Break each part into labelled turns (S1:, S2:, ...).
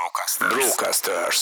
S1: Brocasters.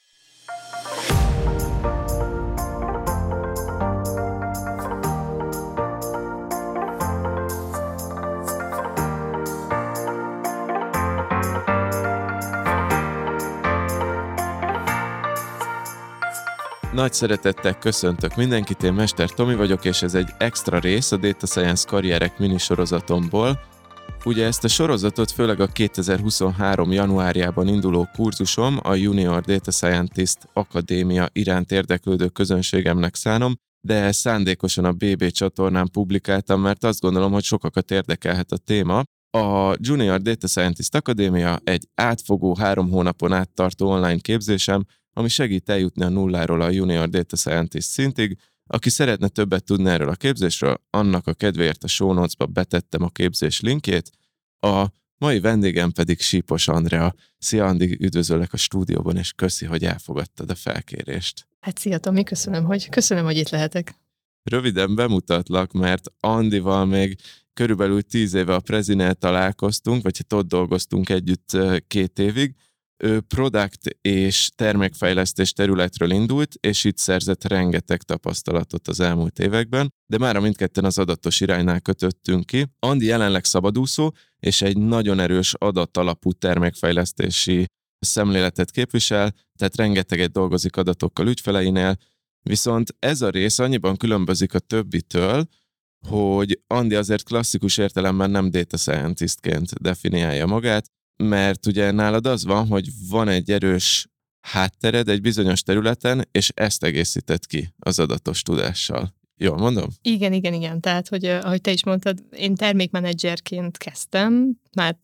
S2: Nagy szeretettel köszöntök mindenkit, én Mester Tomi vagyok, és ez egy extra rész a Data Science karrierek minisorozatomból. Ugye ezt a sorozatot főleg a 2023. januárjában induló kurzusom, a Junior Data Scientist Akadémia iránt érdeklődő közönségemnek szánom, de szándékosan a BB csatornán publikáltam, mert azt gondolom, hogy sokakat érdekelhet a téma. A Junior Data Scientist Akadémia egy átfogó 3 hónapon át tartó online képzésem, ami segít eljutni a nulláról a Junior Data Scientist szintig. Aki szeretne többet tudni erről a képzésről, annak a kedvéért a show notes-ba betettem a képzés linkjét. A mai vendégem pedig Sípos Andrea. Szia Andi, üdvözöllek a stúdióban, és köszi, hogy elfogadtad a felkérést.
S3: Hát szia Tomi, köszönöm, hogy itt lehetek.
S2: Röviden bemutatlak, mert Andival még körülbelül 10 éve a Prezinél találkoztunk, vagy hát ott dolgoztunk együtt 2 évig. Ő product és termékfejlesztés területről indult, és itt szerzett rengeteg tapasztalatot az elmúlt években, de mára mindketten az adatos iránynál kötöttünk ki. Andi jelenleg szabadúszó, és egy nagyon erős adatalapú termékfejlesztési szemléletet képvisel, tehát rengeteget dolgozik adatokkal ügyfeleinél, viszont ez a rész annyiban különbözik a többitől, hogy Andi azért klasszikus értelemben nem data scientistként definiálja magát, mert ugye nálad az van, hogy van egy erős háttered egy bizonyos területen, és ezt egészített ki az adatos tudással. Jól mondom?
S3: Igen. Tehát, hogy ahogy te is mondtad, én termékmenedzserként kezdtem, már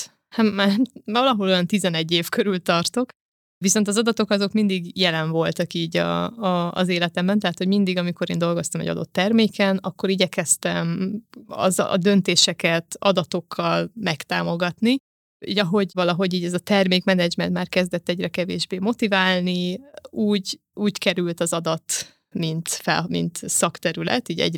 S3: már valahol olyan 11 év körül tartok, viszont az adatok azok mindig jelen voltak így az életemben, tehát, hogy mindig, amikor én dolgoztam egy adott terméken, akkor igyekeztem a döntéseket adatokkal megtámogatni. Így valahogy így ez a termékmenedzsment már kezdett egyre kevésbé motiválni, úgy került az adat, mint szakterület, így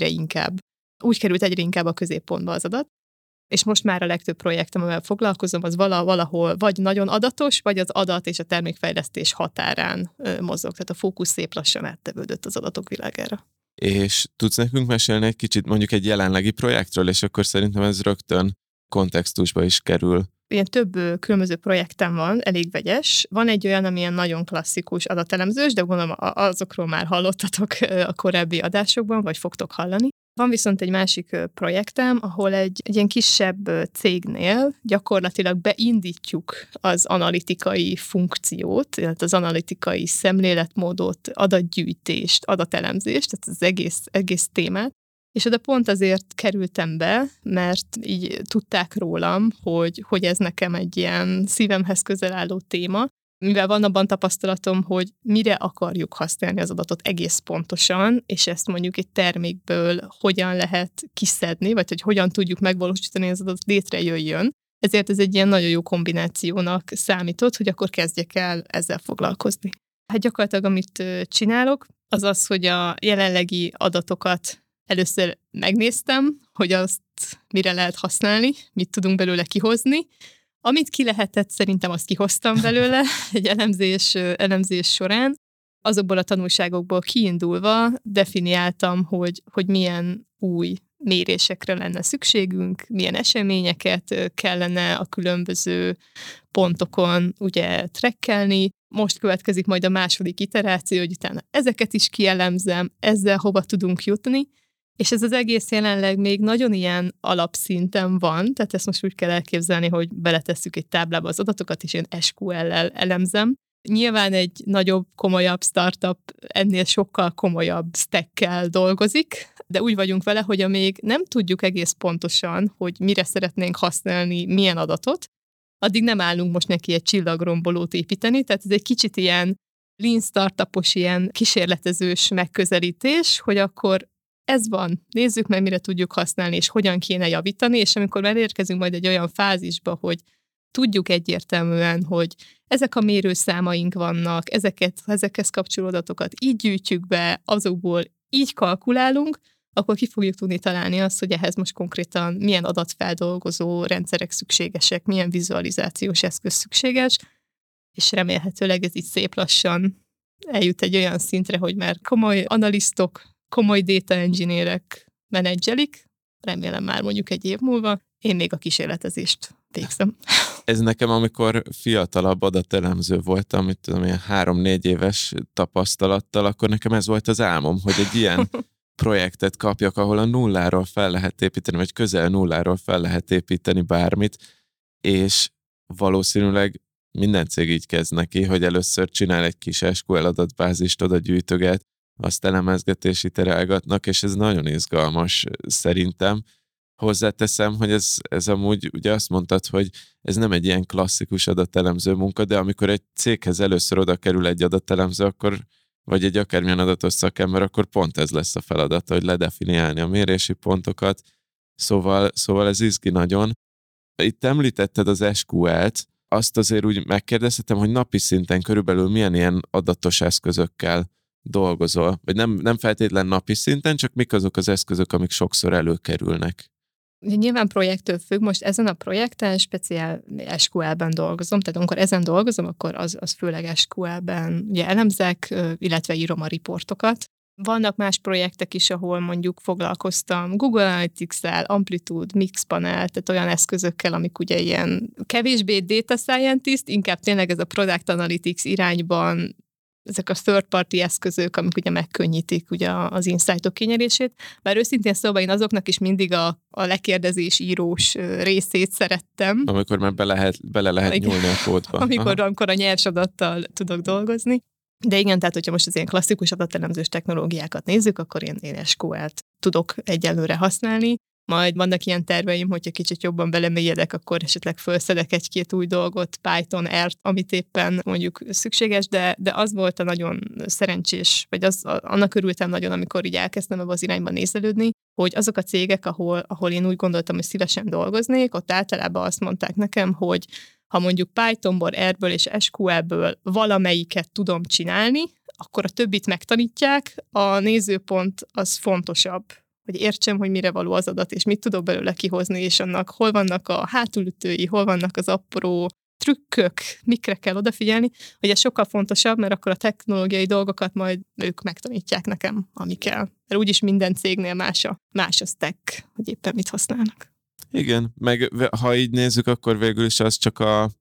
S3: úgy került egyre inkább a középpontba az adat, és most már a legtöbb projektem, amivel foglalkozom, az valahol vagy nagyon adatos, vagy az adat és a termékfejlesztés határán mozog, tehát a fókusz szép lassan áttevődött az adatok világára.
S2: És tudsz nekünk mesélni egy kicsit mondjuk egy jelenlegi projektről, és akkor szerintem ez rögtön kontextusba is kerül.
S3: Ilyen több különböző projektem van, elég vegyes. Van egy olyan, ami ilyen nagyon klasszikus adatelemzős, de gondolom azokról már hallottatok a korábbi adásokban, vagy fogtok hallani. Van viszont egy másik projektem, ahol egy ilyen kisebb cégnél gyakorlatilag beindítjuk az analitikai funkciót, illetve az analitikai szemléletmódot, adatgyűjtést, adatelemzést, tehát az egész témát. És oda pont azért kerültem be, mert így tudták rólam, hogy ez nekem egy ilyen szívemhez közel álló téma, mivel van abban tapasztalatom, hogy mire akarjuk használni az adatot egész pontosan, és ezt mondjuk egy termékből hogyan lehet kiszedni, vagy hogy hogyan tudjuk megvalósítani, hogy az adat létrejöjjön. Ezért ez egy ilyen nagyon jó kombinációnak számított, hogy akkor kezdjek el ezzel foglalkozni. Hát gyakorlatilag amit csinálok, az az, hogy a jelenlegi adatokat először megnéztem, hogy azt mire lehet használni, mit tudunk belőle kihozni. Amit ki lehetett, szerintem azt kihoztam belőle egy elemzés során. Azokból a tanulságokból kiindulva definiáltam, hogy milyen új mérésekre lenne szükségünk, milyen eseményeket kellene a különböző pontokon ugye trackelni. Most következik majd a második iteráció, hogy utána ezeket is kielemzem, ezzel hova tudunk jutni. És ez az egész jelenleg még nagyon ilyen alapszinten van, tehát ezt most úgy kell elképzelni, hogy beletesszük egy táblába az adatokat, és én SQL-lel elemzem. Nyilván egy nagyobb, komolyabb startup ennél sokkal komolyabb stackkel dolgozik, de úgy vagyunk vele, hogy amíg nem tudjuk egész pontosan, hogy mire szeretnénk használni, milyen adatot, addig nem állunk most neki egy csillagrombolót építeni, tehát ez egy kicsit ilyen lean startupos, ilyen kísérletezős megközelítés, hogy akkor ez van, nézzük meg, mire tudjuk használni, és hogyan kéne javítani, és amikor elérkezünk majd egy olyan fázisba, hogy tudjuk egyértelműen, hogy ezek a mérőszámaink vannak, ezekhez kapcsolódó adatokat így gyűjtjük be, azokból így kalkulálunk, akkor ki fogjuk tudni találni azt, hogy ehhez most konkrétan milyen adatfeldolgozó rendszerek szükségesek, milyen vizualizációs eszköz szükséges, és remélhetőleg ez így szép lassan eljut egy olyan szintre, hogy már komoly analisztok, komoly data engineerek menedzselik, remélem már mondjuk egy év múlva, én még a kísérletezést végzem.
S2: Ez nekem, amikor fiatalabb adatelemző voltam, mit tudom, ilyen 3-4 éves tapasztalattal, akkor nekem ez volt az álmom, hogy egy ilyen projektet kapjak, ahol a nulláról fel lehet építeni, vagy közel nulláról fel lehet építeni bármit, és valószínűleg minden cég így kezd neki, hogy először csinál egy kis SQL adatbázist, oda gyűjtöget, azt elemezgetés, iterálgatnak, és ez nagyon izgalmas szerintem. Hozzáteszem, hogy ez amúgy, ugye azt mondtad, hogy ez nem egy ilyen klasszikus adatelemző munka, de amikor egy céghez először oda kerül egy adatelemző, akkor, vagy egy akármilyen adatos szakember, akkor pont ez lesz a feladata, hogy ledefiniálni a mérési pontokat. Szóval ez izgi nagyon. Itt említetted az SQL-t, azt azért úgy megkérdezhetem, hogy napi szinten körülbelül milyen ilyen adatos eszközökkel dolgozol, vagy nem feltétlen napi szinten, csak mik azok az eszközök, amik sokszor előkerülnek.
S3: Ugye nyilván projektől függ, most ezen a projekten speciál SQL-ben dolgozom, tehát amikor ezen dolgozom, akkor az főleg SQL-ben ugye elemzek, illetve írom a riportokat. Vannak más projektek is, ahol mondjuk foglalkoztam Google Analytics-el, Amplitude, Mixpanel, tehát olyan eszközökkel, amik ugye ilyen kevésbé data scientist, inkább tényleg ez a product analytics irányban, ezek a third party eszközök, amik ugye megkönnyítik ugye az insightok kinyerését. Bár őszintén szóval én azoknak is mindig a lekérdezés írós részét szerettem.
S2: Amikor már bele lehet nyúlni a kódba.
S3: Amikor a nyers adattal tudok dolgozni. De igen, tehát hogyha most az ilyen klasszikus adatelemzős technológiákat nézzük, akkor én SQL-t tudok egyelőre használni. Majd vannak ilyen terveim, hogyha kicsit jobban belemélyedek, akkor esetleg felszedek egy-két új dolgot, Python, R, amit éppen mondjuk szükséges, de az volt a nagyon szerencsés, vagy annak örültem nagyon, amikor így elkezdtem ebbe az irányba nézelődni, hogy azok a cégek, ahol én úgy gondoltam, hogy szívesen dolgoznék, ott általában azt mondták nekem, hogy ha mondjuk Pythonból, R-ből és SQL-ből valamelyiket tudom csinálni, akkor a többit megtanítják, a nézőpont az fontosabb, hogy értsem, hogy mire való az adat, és mit tudok belőle kihozni, és annak hol vannak a hátulütői, hol vannak az apró trükkök, mikre kell odafigyelni, hogy ez sokkal fontosabb, mert akkor a technológiai dolgokat majd ők megtanítják nekem, ami kell. Mert úgyis minden cégnél más a stack, hogy éppen mit használnak.
S2: Igen, meg ha így nézzük, akkor végül is az csak a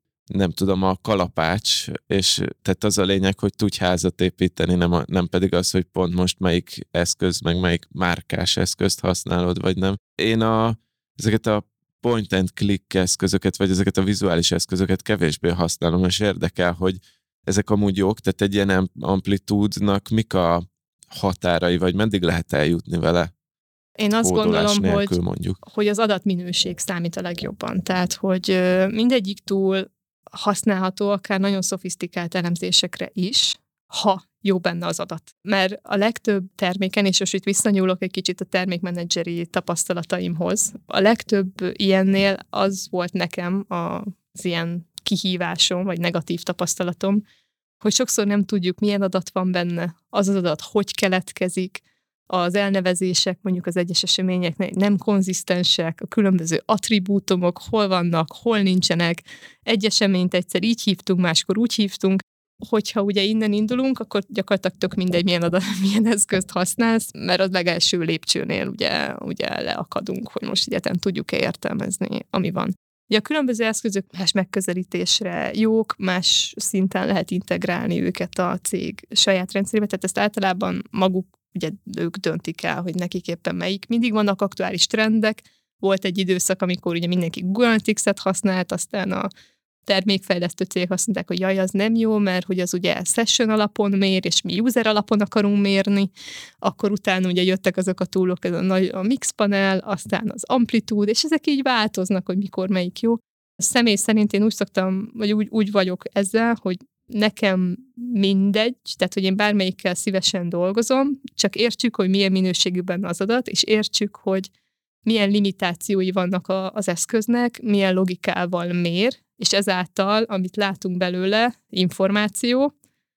S2: kalapács, és tehát az a lényeg, hogy tudj házat építeni, nem pedig az, hogy pont most melyik eszköz, meg melyik márkás eszközt használod, vagy nem. Én ezeket a point and click eszközöket, vagy ezeket a vizuális eszközöket kevésbé használom, és érdekel, hogy ezek amúgy jók, tehát egy ilyen amplitúdnak mik a határai, vagy meddig lehet eljutni vele?
S3: Én azt gondolom,
S2: nélkül,
S3: hogy az adatminőség számít a legjobban. Tehát, hogy mindegyik túl használható akár nagyon szofisztikált elemzésekre is, ha jó benne az adat. Mert a legtöbb terméken, és most itt visszanyúlok egy kicsit a termékmenedzseri tapasztalataimhoz, a legtöbb ilyennél az volt nekem az ilyen kihívásom, vagy negatív tapasztalatom, hogy sokszor nem tudjuk, milyen adat van benne, az adat hogy keletkezik, az elnevezések mondjuk az egyes eseményeknek nem konzisztensek, a különböző attribútumok hol vannak, hol nincsenek, egy eseményt egyszer így hívtunk, máskor úgy hívtunk. Hogyha ugye innen indulunk, akkor gyakorlatilag tök mindegy, milyen eszközt használsz, mert az legelső lépcsőnél ugye leakadunk, hogy most egyáltalán tudjuk-e értelmezni, ami van. Ugye a különböző eszközök más megközelítésre jók, más szinten lehet integrálni őket a cég saját rendszerébe, tehát ezt általában maguk ugye ők döntik el, hogy nekik éppen melyik. Mindig vannak aktuális trendek. Volt egy időszak, amikor ugye mindenki Google Analytics-et használt, aztán a termékfejlesztő cégek azt mondták, hogy jaj, az nem jó, mert hogy az ugye session alapon mér, és mi user alapon akarunk mérni. Akkor utána ugye jöttek azok a toolok, a Mixpanel, aztán az Amplitude, és ezek így változnak, hogy mikor melyik jó. Személy szerint én úgy szoktam, vagy úgy vagyok ezzel, hogy nekem mindegy, tehát, hogy én bármelyikkel szívesen dolgozom, csak értsük, hogy milyen minőségű benne az adat, és értsük, hogy milyen limitációi vannak az eszköznek, milyen logikával mér, és ezáltal, amit látunk belőle, információ,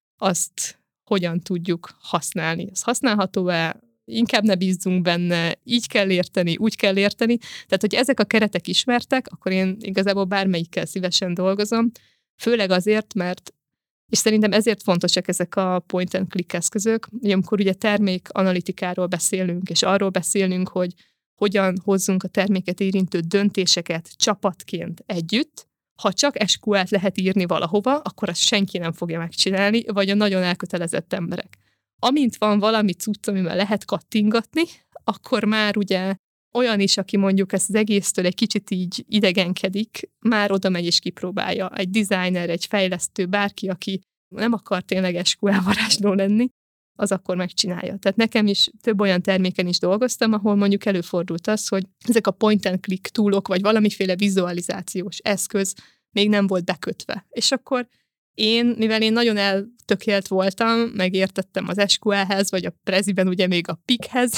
S3: azt hogyan tudjuk használni. Ez használható-e? Inkább ne bízzunk benne, így kell érteni, úgy kell érteni. Tehát, hogy ezek a keretek ismertek, akkor én igazából bármelyikkel szívesen dolgozom, főleg azért, mert És szerintem ezért fontosak ezek a point and click eszközök, hogy amikor ugye termék analitikáról beszélünk, és arról beszélünk, hogy hogyan hozzunk a terméket érintő döntéseket csapatként együtt, ha csak SQL-t lehet írni valahova, akkor azt senki nem fogja megcsinálni, vagy a nagyon elkötelezett emberek. Amint van valami cucc, amivel lehet kattingatni, akkor már ugye olyan is, aki mondjuk ezt az egésztől egy kicsit így idegenkedik, már oda megy és kipróbálja. Egy designer, egy fejlesztő, bárki, aki nem akar tényleg SQL varázsló lenni, az akkor megcsinálja. Tehát nekem is több olyan terméken is dolgoztam, ahol mondjuk előfordult az, hogy ezek a point and click toolok, vagy valamiféle vizualizációs eszköz még nem volt bekötve. És akkor mivel én nagyon eltökélt voltam, megértettem az SQL-hez, vagy a Preziben ugye még a PIC-hez,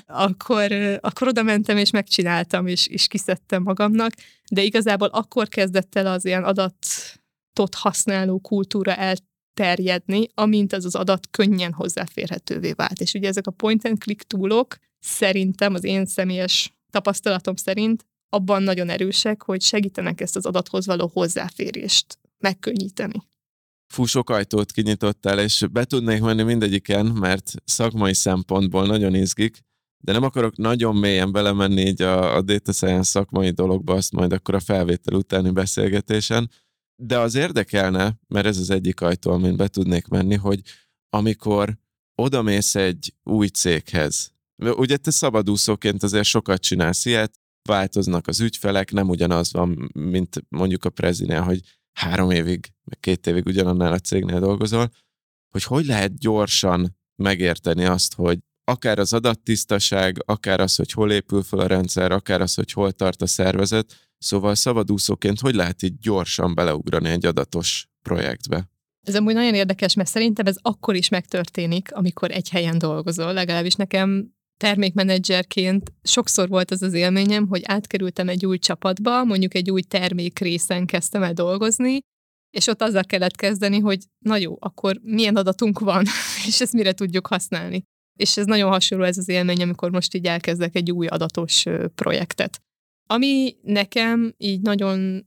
S3: akkor oda mentem és megcsináltam, és kiszedtem magamnak, de igazából akkor kezdett el az ilyen adatot használó kultúra elterjedni, amint az adat könnyen hozzáférhetővé vált. És ugye ezek a point and click toolok szerintem, az én személyes tapasztalatom szerint abban nagyon erősek, hogy segítenek ezt az adathoz való hozzáférést megkönnyíteni.
S2: Sok ajtót kinyitottál, és be tudnék menni mindegyiken, mert szakmai szempontból nagyon izgik, de nem akarok nagyon mélyen belemenni így a data science szakmai dologba, azt majd akkor a felvétel utáni beszélgetésen, de az érdekelne, mert ez az egyik ajtó, amin be tudnék menni, hogy amikor odamész egy új céghez, ugye te szabadúszóként azért sokat csinálsz ilyet, változnak az ügyfelek, nem ugyanaz van, mint mondjuk a Prezinél, hogy 3 évig, meg 2 évig ugyanannál a cégnél dolgozol, hogy lehet gyorsan megérteni azt, hogy akár az adattisztaság, akár az, hogy hol épül fel a rendszer, akár az, hogy hol tart a szervezet, szóval szabadúszóként hogy lehet így gyorsan beleugrani egy adatos projektbe?
S3: Ez amúgy nagyon érdekes, mert szerintem ez akkor is megtörténik, amikor egy helyen dolgozol. Legalábbis nekem termékmenedzserként sokszor volt az élményem, hogy átkerültem egy új csapatba, mondjuk egy új termékrészen kezdtem el dolgozni, és ott azzal kellett kezdeni, hogy na jó, akkor milyen adatunk van, és ezt mire tudjuk használni. És ez nagyon hasonló ez az élmény, amikor most így elkezdek egy új adatos projektet. Ami nekem így nagyon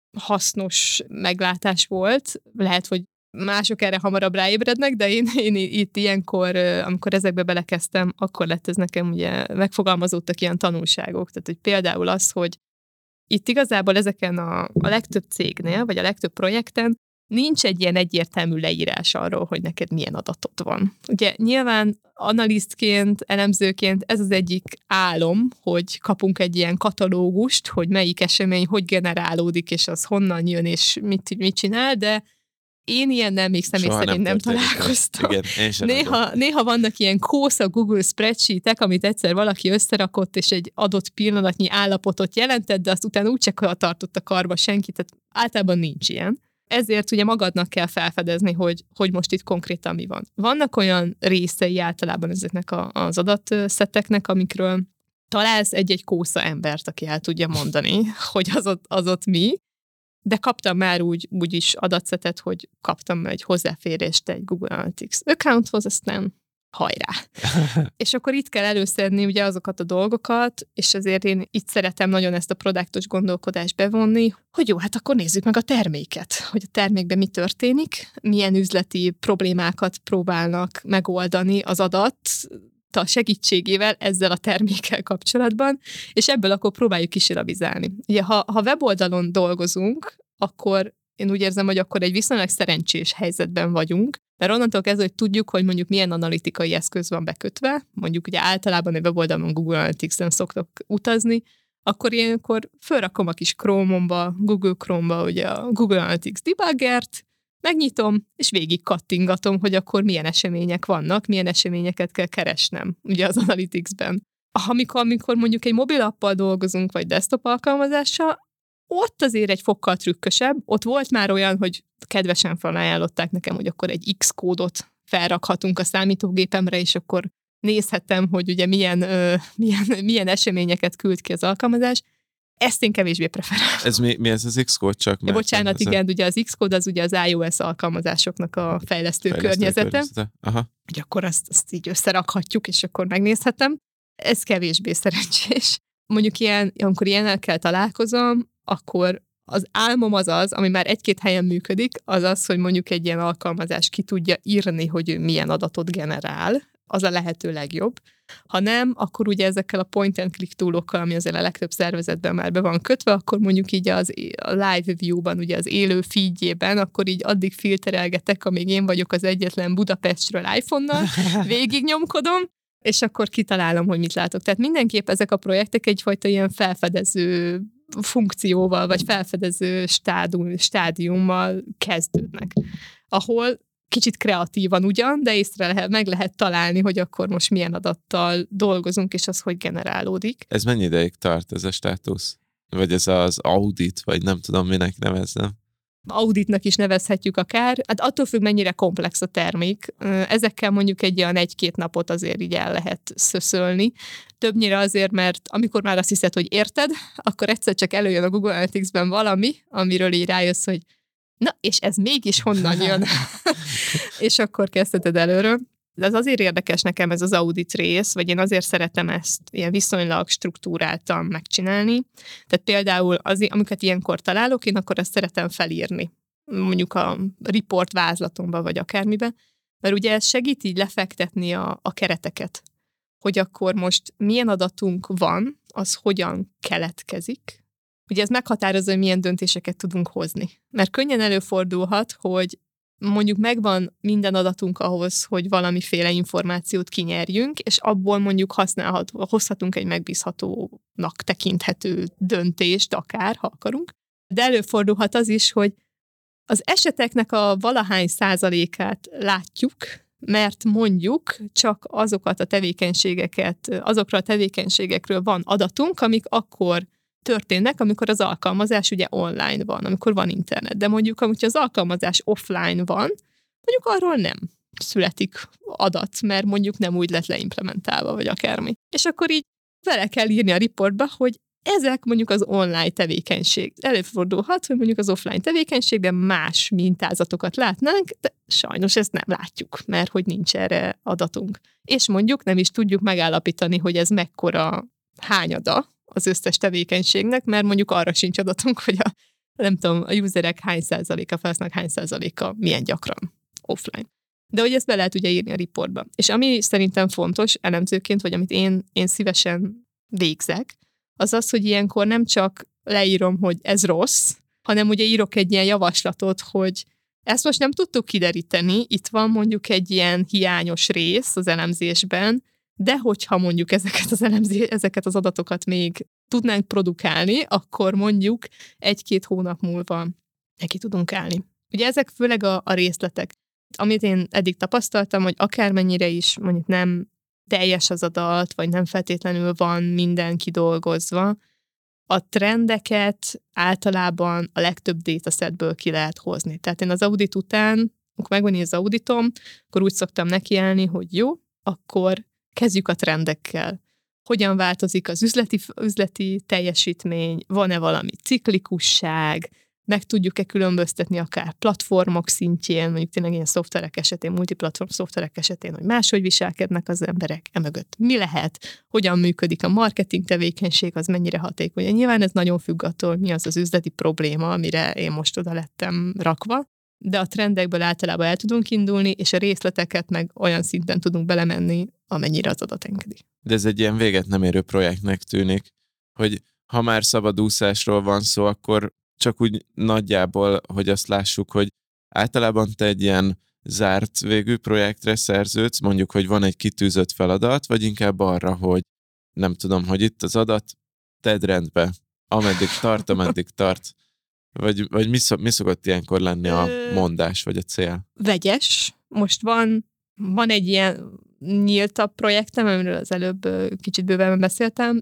S3: hasznos meglátás volt, lehet, hogy mások erre hamarabb ráébrednek, de én itt ilyenkor, amikor ezekbe belekezdtem, akkor lett ez nekem ugye megfogalmazódtak ilyen tanulságok. Tehát, hogy például az, hogy itt igazából ezeken a legtöbb cégnél, vagy a legtöbb projekten nincs egy ilyen egyértelmű leírás arról, hogy neked milyen adatod van. Ugye nyilván analisztként, elemzőként ez az egyik álom, hogy kapunk egy ilyen katalógust, hogy melyik esemény hogy generálódik, és az honnan jön, és mit csinál, de én ilyennel még személy szerint nem találkoztam.
S2: Igen,
S3: néha vannak ilyen kósza Google spreadsheetek, amit egyszer valaki összerakott, és egy adott pillanatnyi állapotot jelentett, de azt utána úgyse tartott a karba senki, tehát általában nincs ilyen. Ezért ugye magadnak kell felfedezni, hogy most itt konkrétan mi van. Vannak olyan részei általában ezeknek az adatszetteknek, amikről találsz egy-egy kósza embert, aki el tudja mondani, hogy az ott mi, de kaptam már úgy is adatszetet, hogy kaptam egy hozzáférést egy Google Analytics accounthoz, aztán hajrá. És akkor itt kell előszedni ugye azokat a dolgokat, és azért én itt szeretem nagyon ezt a produktos gondolkodást bevonni, hogy jó, hát akkor nézzük meg a terméket, hogy a termékben mi történik, milyen üzleti problémákat próbálnak megoldani az adat segítségével ezzel a termékkel kapcsolatban, és ebből akkor próbáljuk kísérletizálni. Ugye, ha weboldalon dolgozunk, akkor én úgy érzem, hogy akkor egy viszonylag szerencsés helyzetben vagyunk, mert onnantól kezdve, hogy tudjuk, hogy mondjuk milyen analitikai eszköz van bekötve, mondjuk ugye általában a weboldalon Google Analytics-en szoktok utazni, akkor ilyenkor fölrakom a kis Chrome-omba, Google Chrome-ba ugye a Google Analytics debuggert, megnyitom, és végig kattingatom, hogy akkor milyen események vannak, milyen eseményeket kell keresnem ugye az Analytics-ben. Amikor mondjuk egy mobilappal dolgozunk, vagy desktop alkalmazással, ott azért egy fokkal trükkösebb. Ott volt már olyan, hogy kedvesen felajánlották nekem, hogy akkor egy X kódot felrakhatunk a számítógépemre, és akkor nézhetem, hogy ugye milyen eseményeket küld ki az alkalmazás. Ezt én kevésbé preferálom.
S2: Ez mi ez az X-kód csak?
S3: Bocsánat, igen, ugye az X-kód az ugye az iOS alkalmazásoknak a fejlesztő környezete.
S2: Aha.
S3: Ugye akkor azt így összerakhatjuk, és akkor megnézhetem. Ez kevésbé szerencsés. Mondjuk amikor ilyennel kell találkozom, akkor Az álmom az, ami már egy-két helyen működik, az, hogy mondjuk egy ilyen alkalmazás ki tudja írni, hogy ő milyen adatot generál, az a lehető legjobb. Ha nem, akkor ugye ezekkel a point and click toolokkal, ami azért a legtöbb szervezetben már be van kötve, akkor mondjuk így a live view-ban, ugye az élő feedjében, akkor így addig filterelgetek, amíg én vagyok az egyetlen Budapestről iPhone-nal, végignyomkodom, és akkor kitalálom, hogy mit látok. Tehát mindenképp ezek a projektek egyfajta ilyen felfedező funkcióval, vagy felfedező stádiummal kezdődnek, ahol kicsit kreatívan ugyan, de meg lehet találni, hogy akkor most milyen adattal dolgozunk, és az hogy generálódik.
S2: Ez mennyi ideig tart, ez a státusz? Vagy ez az audit, vagy nem tudom, minek nevezzem?
S3: Auditnak is nevezhetjük akár. Hát attól függ, mennyire komplex a termék. Ezekkel mondjuk egy olyan 1-2 napot azért így el lehet szöszölni. Többnyire azért, mert amikor már azt hiszed, hogy érted, akkor egyszer csak előjön a Google Analytics-ben valami, amiről így rájössz, hogy na, és ez mégis honnan jön? És akkor kezdheted előről. De az azért érdekes nekem ez az audit rész, vagy én azért szeretem ezt ilyen viszonylag struktúráltan megcsinálni. Tehát például amiket ilyenkor találok, én akkor ezt szeretem felírni. Mondjuk a report vázlatomba, vagy akármibe. Mert ugye ez segít így lefektetni a kereteket. Hogy akkor most milyen adatunk van, az hogyan keletkezik. Ugye ez meghatározza, hogy milyen döntéseket tudunk hozni. Mert könnyen előfordulhat, hogy mondjuk megvan minden adatunk ahhoz, hogy valamiféle információt kinyerjünk, és abból mondjuk hozhatunk egy megbízhatónak tekinthető döntést akár, ha akarunk. De előfordulhat az is, hogy az eseteknek a valahány százalékát látjuk, mert mondjuk csak azokra a tevékenységekről van adatunk, amik akkor történnek, amikor az alkalmazás ugye online van, amikor van internet. De mondjuk, amikor az alkalmazás offline van, mondjuk arról nem születik adat, mert mondjuk nem úgy lett leimplementálva, vagy akármi. És akkor így vele kell írni a reportba, hogy ezek mondjuk az online tevékenység. Előfordulhat, hogy mondjuk az offline tevékenységben más mintázatokat látnánk, de sajnos ezt nem látjuk, mert hogy nincs erre adatunk. És mondjuk nem is tudjuk megállapítani, hogy ez mekkora hányada az összes tevékenységnek, mert mondjuk arra sincs adatunk, hogy a userek hány százaléka, felhasználók hány százaléka milyen gyakran offline. De hogy ezt be lehet ugye írni a reportba. És ami szerintem fontos elemzőként, vagy amit én szívesen végzek, az, hogy ilyenkor nem csak leírom, hogy ez rossz, hanem ugye írok egy ilyen javaslatot, hogy ezt most nem tudtuk kideríteni, itt van mondjuk egy ilyen hiányos rész az elemzésben, de hogyha mondjuk ezeket az adatokat még tudnánk produkálni, akkor mondjuk 1-2 hónap múlva neki tudunk állni. Ugye ezek főleg a részletek. Amit én eddig tapasztaltam, hogy akármennyire is mondjuk nem teljes az adat, vagy nem feltétlenül van minden kidolgozva, a trendeket általában a legtöbb datasetből ki lehet hozni. Tehát én az audit után, amikor megvan az auditom, akkor úgy szoktam nekiállni, hogy jó, akkor kezdjük a trendekkel. Hogyan változik az üzleti teljesítmény, van-e valami ciklikusság, meg tudjuk-e különböztetni akár platformok szintjén, mondjuk tényleg ilyen szoftverek esetén, multiplatform szoftverek esetén, hogy máshogy viselkednek az emberek, emögött mi lehet, hogyan működik a marketing tevékenység, az mennyire hatékony. Nyilván ez nagyon függ attól, mi az üzleti probléma, amire én most oda lettem rakva, de a trendekből általában el tudunk indulni, és a részleteket meg olyan szinten tudunk belemenni, amennyire az adat engedi.
S2: De ez egy ilyen véget nem érő projektnek tűnik, hogy ha már szabadúszásról van szó, akkor csak úgy nagyjából, hogy azt lássuk, hogy általában te egy ilyen zárt végű projektre szerződsz, mondjuk, hogy van egy kitűzött feladat, vagy inkább arra, hogy nem tudom, hogy itt az adat, tedd rendbe, ameddig tart. Vagy mi szokott ilyenkor lenni a mondás, vagy a cél?
S3: Vegyes. Most van egy ilyen nyíltabb projektem, amiről az előbb kicsit bővebben beszéltem,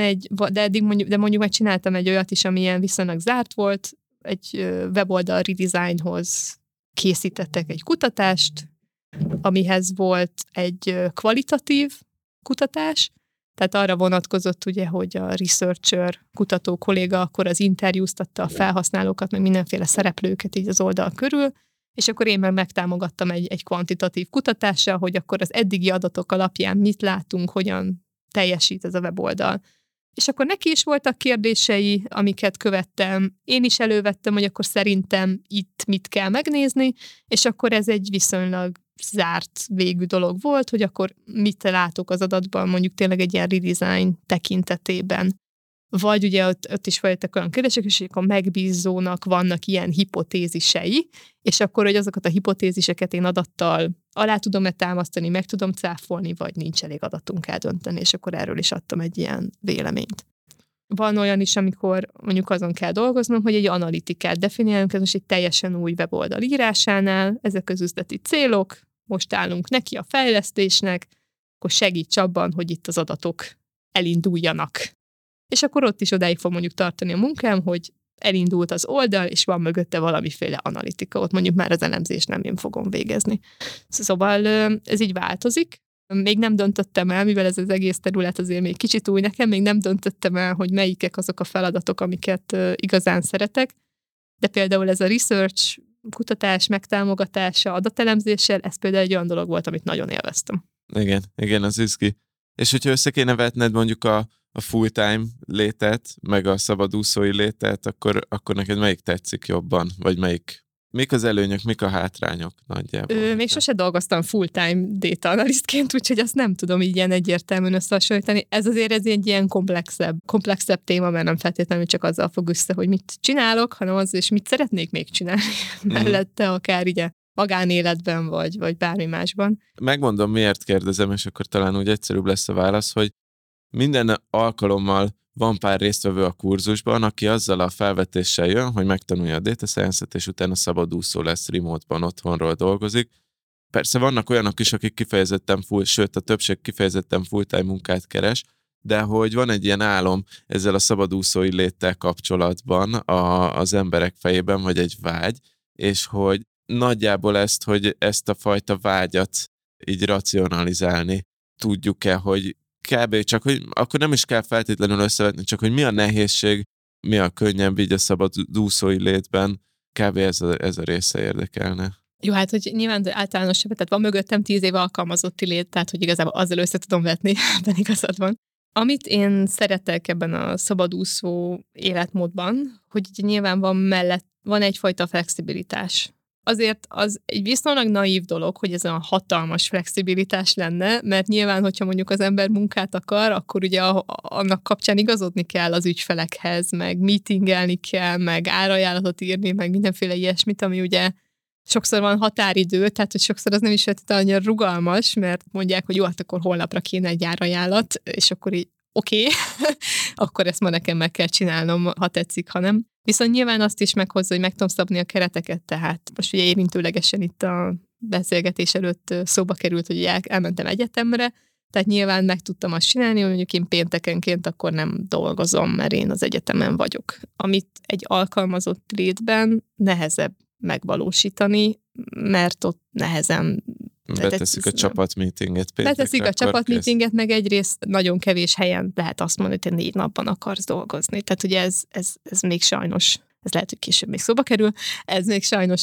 S3: de mondjuk már csináltam egy olyat is, ami ilyen viszonylag zárt volt, egy weboldal redesignhoz készítettek egy kutatást, amihez volt egy kvalitatív kutatás, tehát arra vonatkozott ugye, hogy a researcher, kutató kolléga akkor az interjúztatta a felhasználókat, meg mindenféle szereplőket így az oldal körül, és akkor én meg megtámogattam egy kvantitatív kutatással, hogy akkor az eddigi adatok alapján mit látunk, hogyan teljesít ez a weboldal. És akkor neki is voltak kérdései, amiket követtem. Én is elővettem, hogy akkor szerintem itt mit kell megnézni, és akkor ez egy viszonylag zárt végű dolog volt, hogy akkor mit látok az adatban, mondjuk tényleg egy ilyen redesign tekintetében. Vagy ugye ott is voltak olyan kérdések, és akkor megbízónak vannak ilyen hipotézisei, és akkor, hogy azokat a hipotéziseket én adattal alá tudom-e támasztani, meg tudom cáfolni, vagy nincs elég adatunk eldönteni, és akkor erről is adtam egy ilyen véleményt. Van olyan is, amikor mondjuk azon kell dolgoznom, hogy egy analitikát definiálunk, ez most egy teljesen új weboldal írásánál, ezek az üzleti célok, most állunk neki a fejlesztésnek, akkor segíts abban, hogy itt az adatok elinduljanak. És akkor ott is odáig fog mondjuk tartani a munkám, hogy elindult az oldal, és van mögötte valamiféle analitika, ott mondjuk már az elemzést nem én fogom végezni. Szóval ez így változik. Még nem döntöttem el, mivel ez az egész terület azért még kicsit új nekem, még nem döntöttem el, hogy melyikek azok a feladatok, amiket igazán szeretek, de például ez a research, kutatás megtámogatása adatelemzéssel, ez például egy olyan dolog volt, amit nagyon élveztem.
S2: Igen, az izgi. És hogyha össze kéne vetned mondjuk a full-time létet, meg a szabadúszói létet, akkor neked melyik tetszik jobban? Vagy mik az előnyök, mik a hátrányok nagyjából?
S3: Még sose dolgoztam full-time data analysztként, úgyhogy azt nem tudom így ilyen egyértelműen összehasonlítani. Ez azért egy ilyen komplexebb téma, mert nem feltétlenül csak azzal fog össze, hogy mit csinálok, hanem az is, mit szeretnék még csinálni mellette, akár így magánéletben, vagy bármi másban.
S2: Megmondom, miért kérdezem, és akkor talán úgy egyszerűbb lesz a válasz, hogy minden alkalommal van pár résztvevő a kurzusban, aki azzal a felvetéssel jön, hogy megtanulja a data science-et, és utána szabadúszó lesz, remote-ban, otthonról dolgozik. Persze vannak olyanok is, akik kifejezetten sőt, a többség kifejezetten full-time munkát keres, de hogy van egy ilyen álom ezzel a szabadúszói léttel kapcsolatban az emberek fejében, vagy egy vágy, és hogy nagyjából hogy ezt a fajta vágyat így racionalizálni tudjuk-e, hogy kb. Csak, hogy akkor nem is kell feltétlenül összevetni, csak hogy mi a nehézség, mi a könnyebb így a szabadúszói létben, kb. Ez a része érdekelne.
S3: Jó, hát, hogy nyilván általánosabb, tehát van mögöttem 10 év alkalmazotti lét, tehát, hogy igazából azzal össze tudom vetni, de igazad van. Amit én szeretek ebben a szabadúszó életmódban, hogy nyilván van egyfajta flexibilitás. Azért az egy viszonylag naív dolog, hogy ez olyan hatalmas flexibilitás lenne, mert nyilván, hogyha mondjuk az ember munkát akar, akkor ugye annak kapcsán igazodni kell az ügyfelekhez, meg meetingelni kell, meg árajánlatot írni, meg mindenféle ilyesmit, ami ugye sokszor van határidő, tehát hogy sokszor az nem is annyira rugalmas, mert mondják, hogy jó, hát akkor holnapra kéne egy árajánlat, és akkor így oké, akkor ezt ma nekem meg kell csinálnom, ha tetszik, ha nem. Viszont nyilván azt is meghozza, hogy meg tudom szabni a kereteket, tehát most ugye érintőlegesen itt a beszélgetés előtt szóba került, hogy elmentem egyetemre, tehát nyilván meg tudtam azt csinálni, hogy mondjuk én péntekenként akkor nem dolgozom, mert én az egyetemen vagyok. Amit egy alkalmazott létben nehezebb megvalósítani, mert ott nehezen
S2: beteszik a csapatmeetinget péntekre.
S3: Beteszik a csapatmeetinget, meg egyrészt nagyon kevés helyen lehet azt mondani, hogy te 4 napban akarsz dolgozni. Tehát ugye ez még sajnos, ez lehet, hogy később még szóba kerül, ez még sajnos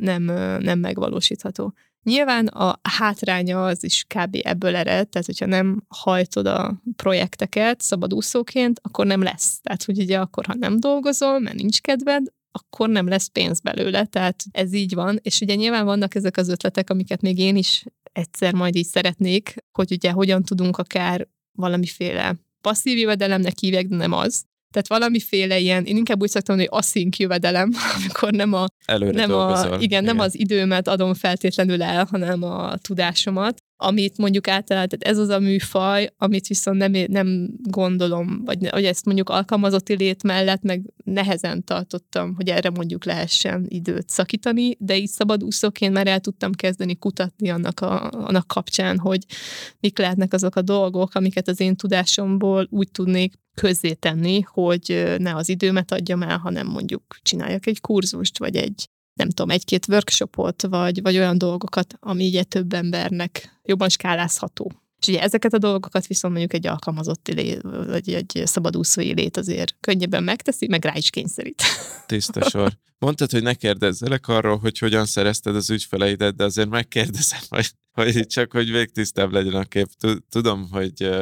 S3: nem megvalósítható. Nyilván a hátránya az is kb. Ebből ered, tehát hogyha nem hajtod a projekteket szabadúszóként, akkor nem lesz. Tehát hogy ugye akkor, ha nem dolgozol, mert nincs kedved, akkor nem lesz pénz belőle, tehát ez így van, és ugye nyilván vannak ezek az ötletek, amiket még én is egyszer majd így szeretnék, hogy ugye hogyan tudunk akár valamiféle passzív jövedelemnek hívják, de nem az. Tehát valamiféle ilyen, én inkább úgy szoktam, hogy aszink jövedelem, amikor nem az időmet adom feltétlenül el, hanem a tudásomat, amit mondjuk általában, tehát ez az a műfaj, amit viszont nem gondolom, vagy hogy ezt mondjuk alkalmazotti lét mellett meg nehezen tartottam, hogy erre mondjuk lehessen időt szakítani, de így szabadúszóként már el tudtam kezdeni kutatni annak kapcsán, hogy mik lehetnek azok a dolgok, amiket az én tudásomból úgy tudnék közzétenni, hogy ne az időmet adjam el, hanem mondjuk csináljak egy kurzust, vagy egy-két workshopot, vagy olyan dolgokat, ami ugye több embernek jobban skálázható. És ugye ezeket a dolgokat viszont mondjuk egy alkalmazott lét, vagy egy szabadúszói lét azért könnyebben megteszi, meg rá is kényszerít.
S2: Tiszta sor. Mondtad, hogy ne kérdezzelek arról, hogy hogyan szerezted az ügyfeleidet, de azért megkérdezem, hogy csak hogy végtisztább legyen a kép. Tudom, hogy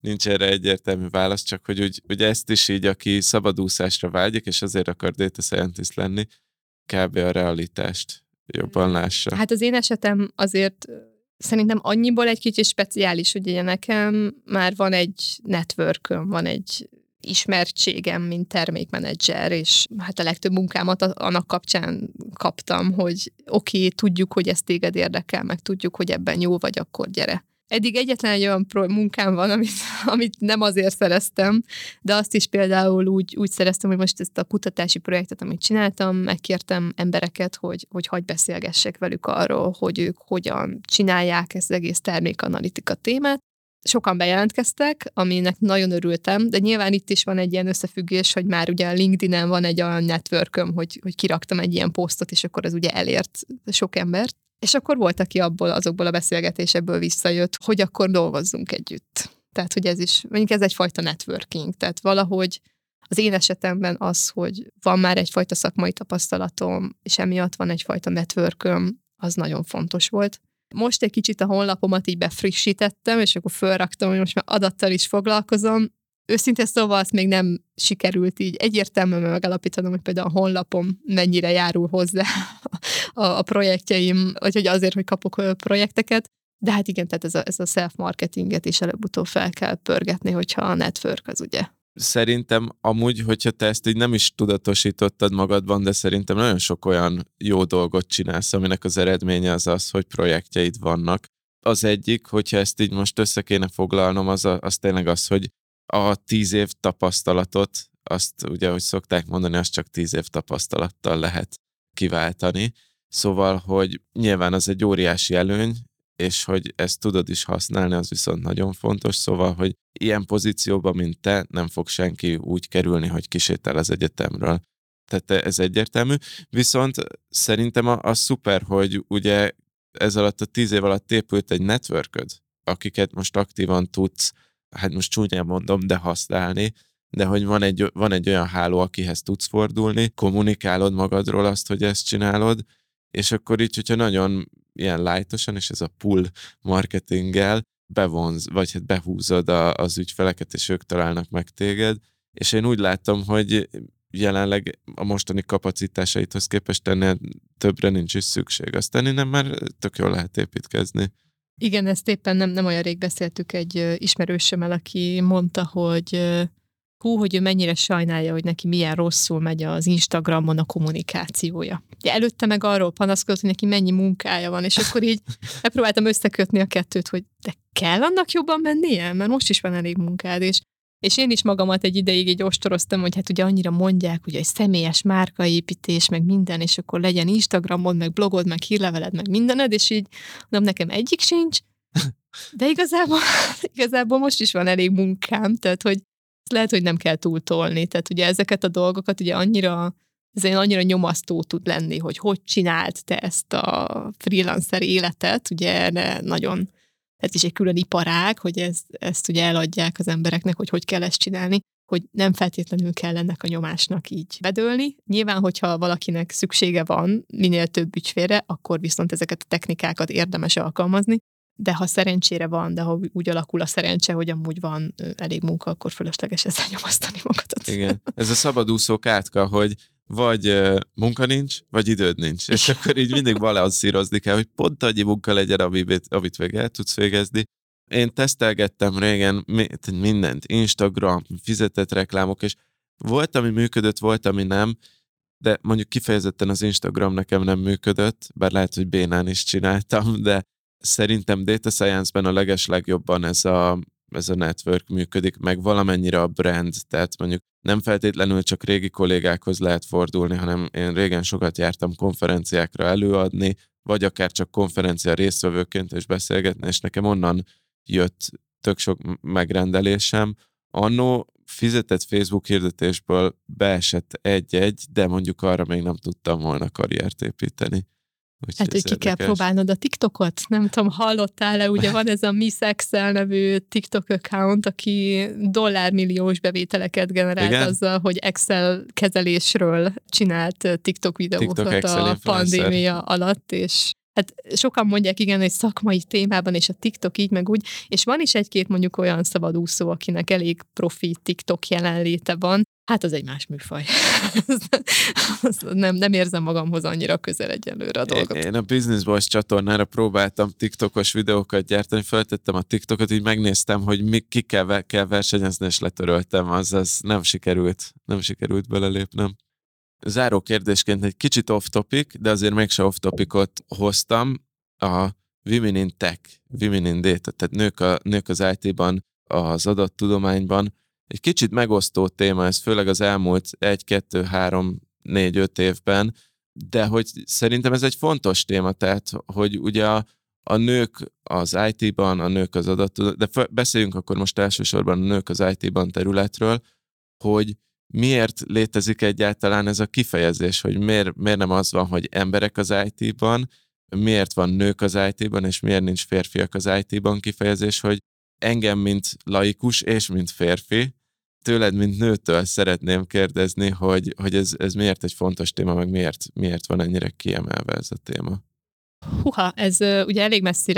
S2: nincs erre egyértelmű válasz, csak hogy úgy ezt is így, aki szabadúszásra vágyik, és azért akar data scientist lenni, kb. A realitást jobban lássa.
S3: Hát az én esetem azért szerintem annyiból egy kicsit speciális, hogy ugye nekem már van egy networkön, van egy ismertségem, mint termékmenedzser, és hát a legtöbb munkámat annak kapcsán kaptam, hogy oké, tudjuk, hogy ez téged érdekel, meg tudjuk, hogy ebben jó vagy, akkor gyere. Eddig egyetlen egy olyan munkám van, amit nem azért szereztem, de azt is például úgy szereztem, hogy most ezt a kutatási projektet, amit csináltam, megkértem embereket, hogy hagy beszélgessek velük arról, hogy ők hogyan csinálják ezt az egész termékanalitika témát. Sokan bejelentkeztek, aminek nagyon örültem, de nyilván itt is van egy ilyen összefüggés, hogy már ugye a LinkedIn-en van egy olyan networköm, hogy kiraktam egy ilyen posztot, és akkor az ugye elért sok embert. És akkor volt, aki azokból a beszélgetésekből visszajött, hogy akkor dolgozzunk együtt. Tehát, hogy ez is, mondjuk ez egyfajta networking. Tehát valahogy az én esetemben az, hogy van már egyfajta szakmai tapasztalatom, és emiatt van egyfajta networköm, az nagyon fontos volt. Most egy kicsit a honlapomat így befrissítettem, és akkor fölraktam, hogy most már adattal is foglalkozom. Őszintén szóval azt még nem sikerült így egyértelműen megalapítanom, hogy például a honlapom mennyire járul hozzá a projektjeim, vagy hogy azért, hogy kapok projekteket. De hát igen, tehát ez a self-marketinget is előbb-utóbb fel kell pörgetni, hogyha a network az ugye.
S2: Szerintem amúgy, hogyha te ezt így nem is tudatosítottad magadban, de szerintem nagyon sok olyan jó dolgot csinálsz, aminek az eredménye az, hogy projektjeid vannak. Az egyik, hogyha ezt így most össze kéne foglalnom, az tényleg az, hogy a 10 év tapasztalatot, azt ugye, hogy szokták mondani, azt csak 10 év tapasztalattal lehet kiváltani. Szóval, hogy nyilván az egy óriási előny, és hogy ezt tudod is használni, az viszont nagyon fontos, szóval, hogy ilyen pozícióban, mint te, nem fog senki úgy kerülni, hogy kisétál az egyetemről. Tehát ez egyértelmű. Viszont szerintem az szuper, hogy ugye ez alatt a 10 év alatt épült egy networköd, akiket most aktívan tudsz, hát most csúnyán mondom, de használni, de hogy van egy olyan háló, akihez tudsz fordulni, kommunikálod magadról azt, hogy ezt csinálod, és akkor így, hogyha nagyon ilyen lightosan, és ez a pull marketinggel bevonz, vagy hát behúzod az ügyfeleket, és ők találnak meg téged, és én úgy látom, hogy jelenleg a mostani kapacitásaidhoz képest ennél többre nincs is szükség. Aztán innen már tök jól lehet építkezni.
S3: Igen, ezt éppen nem olyan rég beszéltük egy ismerősömmel, aki mondta, hogy hogy ő mennyire sajnálja, hogy neki milyen rosszul megy az Instagramon a kommunikációja. De előtte meg arról panaszkodott, hogy neki mennyi munkája van, és akkor így megpróbáltam összekötni a kettőt, hogy de kell annak jobban mennie? Mert most is van elég munkád, és én is magamat egy ideig így ostoroztam, hogy hát ugye annyira mondják, hogy egy személyes márkaépítés, meg minden, és akkor legyen Instagramod, meg blogod, meg hírleveled, meg mindened, és így mondom, nekem egyik sincs, de igazából most is van elég munkám, tehát hogy lehet, hogy nem kell túltolni. Tehát ugye ezeket a dolgokat ugye annyira nyomasztó tud lenni, hogy csinált te ezt a freelancer életet, ugye erre nagyon, tehát is egy külön iparág, hogy ezt ugye eladják az embereknek, hogy kell ezt csinálni, hogy nem feltétlenül kell ennek a nyomásnak így bedőlni. Nyilván, hogyha valakinek szüksége van minél több ügyfélre, akkor viszont ezeket a technikákat érdemes alkalmazni, de ha szerencsére van, de ha úgy alakul a szerencse, hogy amúgy van elég munka, akkor fölösleges ezzel nyomasztani magadat.
S2: Igen. Ez a szabadúszók átka, hogy vagy munka nincs, vagy időd nincs. És akkor így mindig balanszírozni kell, hogy pont annyi munka legyen, amit még el tudsz végezni. Én tesztelgettem régen mindent, Instagram, fizetett reklámok, és volt, ami működött, volt, ami nem, de mondjuk kifejezetten az Instagram nekem nem működött, bár lehet, hogy bénán is csináltam, de szerintem data science-ben a legeslegjobban ez a network működik, meg valamennyire a brand, tehát mondjuk nem feltétlenül csak régi kollégákhoz lehet fordulni, hanem én régen sokat jártam konferenciákra előadni, vagy akár csak konferencia résztvevőként is beszélgetni, és nekem onnan jött tök sok megrendelésem. Annó fizetett Facebook hirdetésből beesett egy-egy, de mondjuk arra még nem tudtam volna karriert építeni.
S3: Hát, hogy ki kell próbálnod a TikTokot. Nem tudom, hallottál-e, ugye van ez a Miss Excel nevű TikTok account, aki dollármilliós bevételeket generált azzal, hogy Excel kezelésről csinált TikTok videókat a pandémia alatt, és Hát sokan mondják, igen, hogy szakmai témában, és a TikTok így meg úgy, és van is egy-két mondjuk olyan szabadúszó, akinek elég profi TikTok jelenléte van, hát az egy más műfaj. nem érzem magamhoz annyira közel egyelőre a dolgot.
S2: Én a Business Boys csatornára próbáltam TikTokos videókat gyártani, feltettem a TikTokot, így megnéztem, hogy kikkel kell versenyezni, és letöröltem, azaz nem sikerült belelépnem. Záró kérdésként egy kicsit off-topic, de azért mégse off-topicot hoztam, a Women in Tech, Women in Data, tehát nők az IT-ban, az adattudományban. Egy kicsit megosztó téma, ez főleg az elmúlt 1, 2, 3, 4, 5 évben, de hogy szerintem ez egy fontos téma, tehát hogy ugye a nők az IT-ban, a nők az adattudományban, de beszéljünk akkor most elsősorban a nők az IT-ban területről, hogy miért létezik egyáltalán ez a kifejezés, hogy miért nem az van, hogy emberek az IT-ban, miért van nők az IT-ban, és miért nincs férfiak az IT-ban kifejezés, hogy engem, mint laikus és mint férfi, tőled, mint nőtől szeretném kérdezni, hogy ez miért egy fontos téma, meg miért van ennyire kiemelve ez a téma.
S3: Húha, ez ugye elég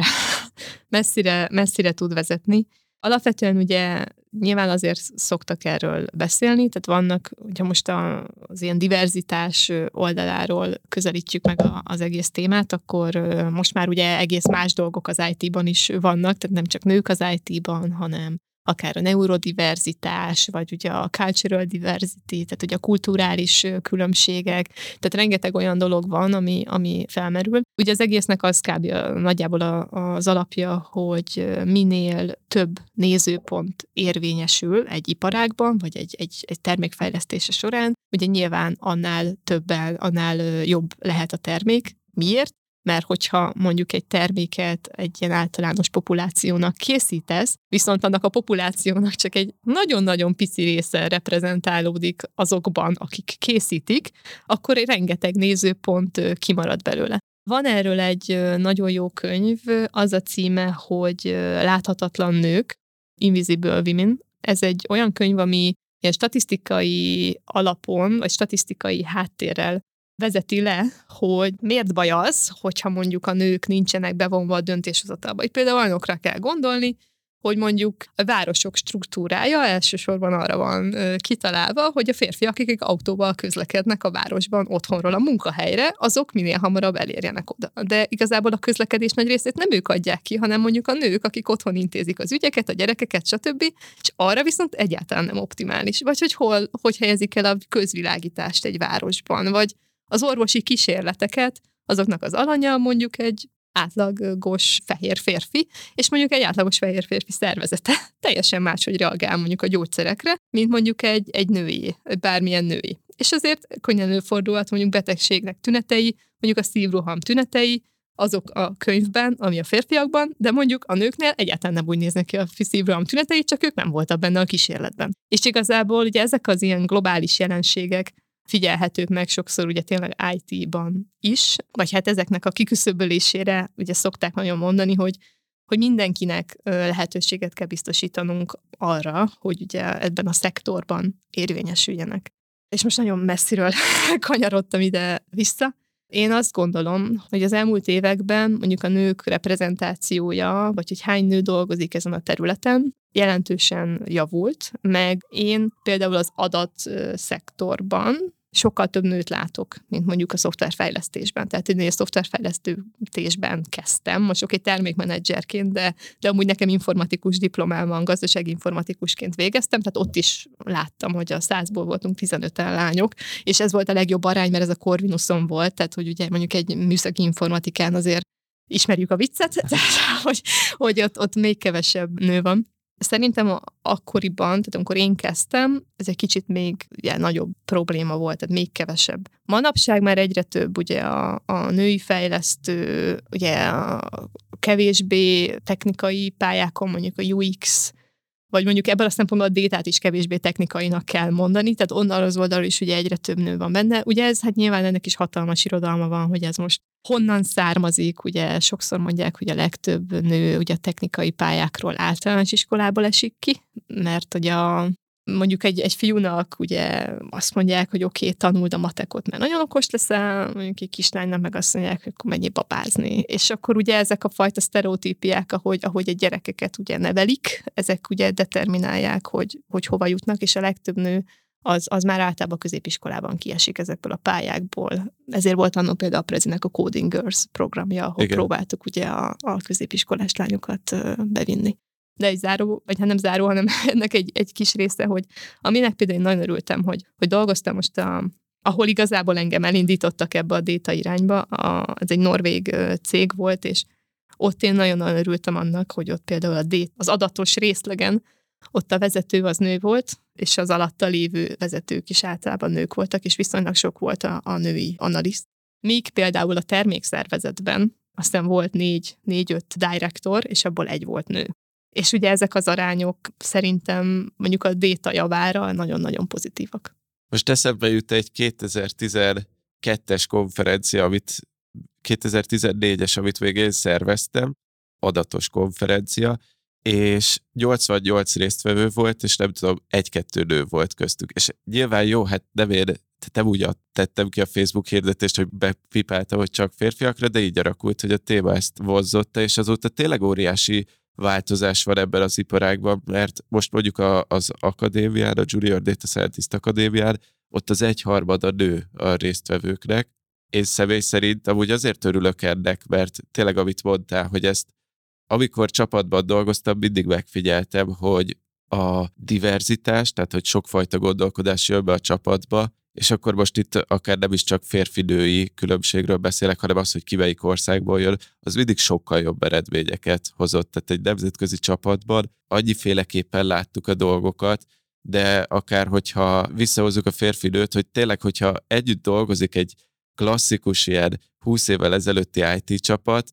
S3: messzire tud vezetni. Alapvetően ugye nyilván azért szoktak erről beszélni, tehát vannak, hogyha most az ilyen diverzitás oldaláról közelítjük meg az egész témát, akkor most már ugye egész más dolgok az IT-ban is vannak, tehát nem csak nők az IT-ban, hanem akár a neurodiverzitás, vagy ugye a cultural diversity, tehát ugye a kulturális különbségek, tehát rengeteg olyan dolog van, ami felmerül. Ugye az egésznek az kb. Nagyjából az alapja, hogy minél több nézőpont érvényesül egy iparágban, vagy egy termékfejlesztése során, ugye nyilván annál jobb lehet a termék. Miért? Mert hogyha mondjuk egy terméket egy ilyen általános populációnak készítesz, viszont annak a populációnak csak egy nagyon-nagyon pici része reprezentálódik azokban, akik készítik, akkor rengeteg nézőpont kimarad belőle. Van erről egy nagyon jó könyv, az a címe, hogy Láthatatlan nők, Invisible Women. Ez egy olyan könyv, ami ilyen statisztikai alapon, vagy statisztikai háttérrel vezeti le, hogy miért baj az, hogyha mondjuk a nők nincsenek bevonva a döntéshozatalba. Itt például olyanokra kell gondolni, hogy mondjuk a városok struktúrája elsősorban arra van kitalálva, hogy a férfiak, akik autóval közlekednek a városban otthonról a munkahelyre, azok minél hamarabb elérjenek oda. De igazából a közlekedés nagy részét nem ők adják ki, hanem mondjuk a nők, akik otthon intézik az ügyeket, a gyerekeket, stb. És arra viszont egyáltalán nem optimális. Vagy hogy helyezik el a közvilágítást egy városban, vagy az orvosi kísérleteket, azoknak az alanya mondjuk egy átlagos fehér férfi, és mondjuk egy átlagos fehér férfi szervezete teljesen máshogy reagál mondjuk a gyógyszerekre, mint mondjuk egy női, bármilyen női. És azért könnyen előfordulhat mondjuk betegségnek tünetei, mondjuk a szívroham tünetei, azok a könyvben, ami a férfiakban, de mondjuk a nőknél egyáltalán nem úgy néznek ki a szívroham tünetei, csak ők nem voltak benne a kísérletben. És igazából ugye ezek az ilyen globális jelenségek figyelhetők meg sokszor ugye tényleg IT-ban is, vagy hát ezeknek a kiküszöbölésére ugye szokták nagyon mondani, hogy mindenkinek lehetőséget kell biztosítanunk arra, hogy ugye ebben a szektorban érvényesüljenek. És most nagyon messziről kanyarodtam ide vissza. Én azt gondolom, hogy az elmúlt években mondjuk a nők reprezentációja, vagy hogy hány nő dolgozik ezen a területen, jelentősen javult, meg én például az adakszektorban sokkal több nőt látok, mint mondjuk a szoftverfejlesztésben. Tehát én a szoftverfejlesztésben kezdtem, most oké, termékmenedzserként, de amúgy nekem informatikus diplomám van, gazdasági informatikusként végeztem, tehát ott is láttam, hogy a 100-ból voltunk 15 lányok, és ez volt a legjobb arány, mert ez a Corvinuson volt, tehát hogy ugye mondjuk egy műszaki informatikán azért ismerjük a viccet, tehát, hogy ott még kevesebb nő van. Szerintem akkoriban, tehát amikor én kezdtem, ez egy kicsit még ugye, nagyobb probléma volt, tehát még kevesebb. Manapság már egyre több ugye a női fejlesztő, ugye a kevésbé technikai pályákon, mondjuk a UX, vagy mondjuk ebből a szempontból a détát is kevésbé technikainak kell mondani, tehát onnan az oldalról is ugye egyre több nő van benne. Ugye ez hát nyilván ennek is hatalmas irodalma van, hogy ez most honnan származik, ugye sokszor mondják, hogy a legtöbb nő ugye a technikai pályákról általános iskolából esik ki, mert ugye mondjuk egy fiúnak ugye azt mondják, hogy oké, tanuld a matekot, mert nagyon okos leszel, mondjuk egy kislánynak meg azt mondják, hogy akkor menjél babázni. És akkor ugye ezek a fajta sztereotípiák, ahogy a gyerekeket ugye nevelik, ezek ugye determinálják, hogy hova jutnak, és a legtöbb nő az már általában középiskolában kiesik ezekből a pályákból. Ezért volt annak például a Prezinek a Coding Girls programja, ahol
S2: Igen.
S3: próbáltuk ugye a középiskolás lányokat bevinni. De egy záró, vagy hát nem záró, hanem ennek egy kis része, hogy aminek például én nagyon örültem, hogy dolgoztam most, ahol igazából engem elindítottak ebbe a data irányba, ez egy norvég cég volt, és ott én nagyon-nagyon örültem annak, hogy ott például az adatos részlegen ott a vezető az nő volt, és az alatta lévő vezetők is általában nők voltak, és viszonylag sok volt a női analiszt. Míg például a termékszervezetben aztán volt 4-5 director, és abból egy volt nő. És ugye ezek az arányok szerintem mondjuk a data javára nagyon-nagyon pozitívak.
S2: Most eszembe jut egy 2012-es konferencia, 2014-es, amit még én szerveztem, adatos konferencia, és 88 résztvevő volt, és nem tudom, 1-2 nő volt köztük. És nyilván jó, hát nem úgy tettem ki a Facebook hirdetést, hogy bepipálta, hogy csak férfiakra, de így alakult, hogy a téma ezt vonzotta, és azóta tényleg óriási változás van ebben az iparágban, mert most mondjuk az akadémián, a Junior Data Scientist akadémián, ott az 1/3 a nő a résztvevőknek. Én személy szerint amúgy azért örülök ennek, mert tényleg amit mondtál, hogy ezt amikor csapatban dolgoztam, mindig megfigyeltem, hogy a diverzitás, tehát hogy sokfajta gondolkodás jön be a csapatba, és akkor most itt akár nem is csak férfi-női különbségről beszélek, hanem az, hogy ki melyik országból jön, az mindig sokkal jobb eredményeket hozott. Tehát egy nemzetközi csapatban annyiféleképpen láttuk a dolgokat, de akár hogyha visszahozzuk a férfi-nőt, hogy tényleg, hogyha együtt dolgozik egy klasszikus ilyen 20 évvel ezelőtti IT csapat,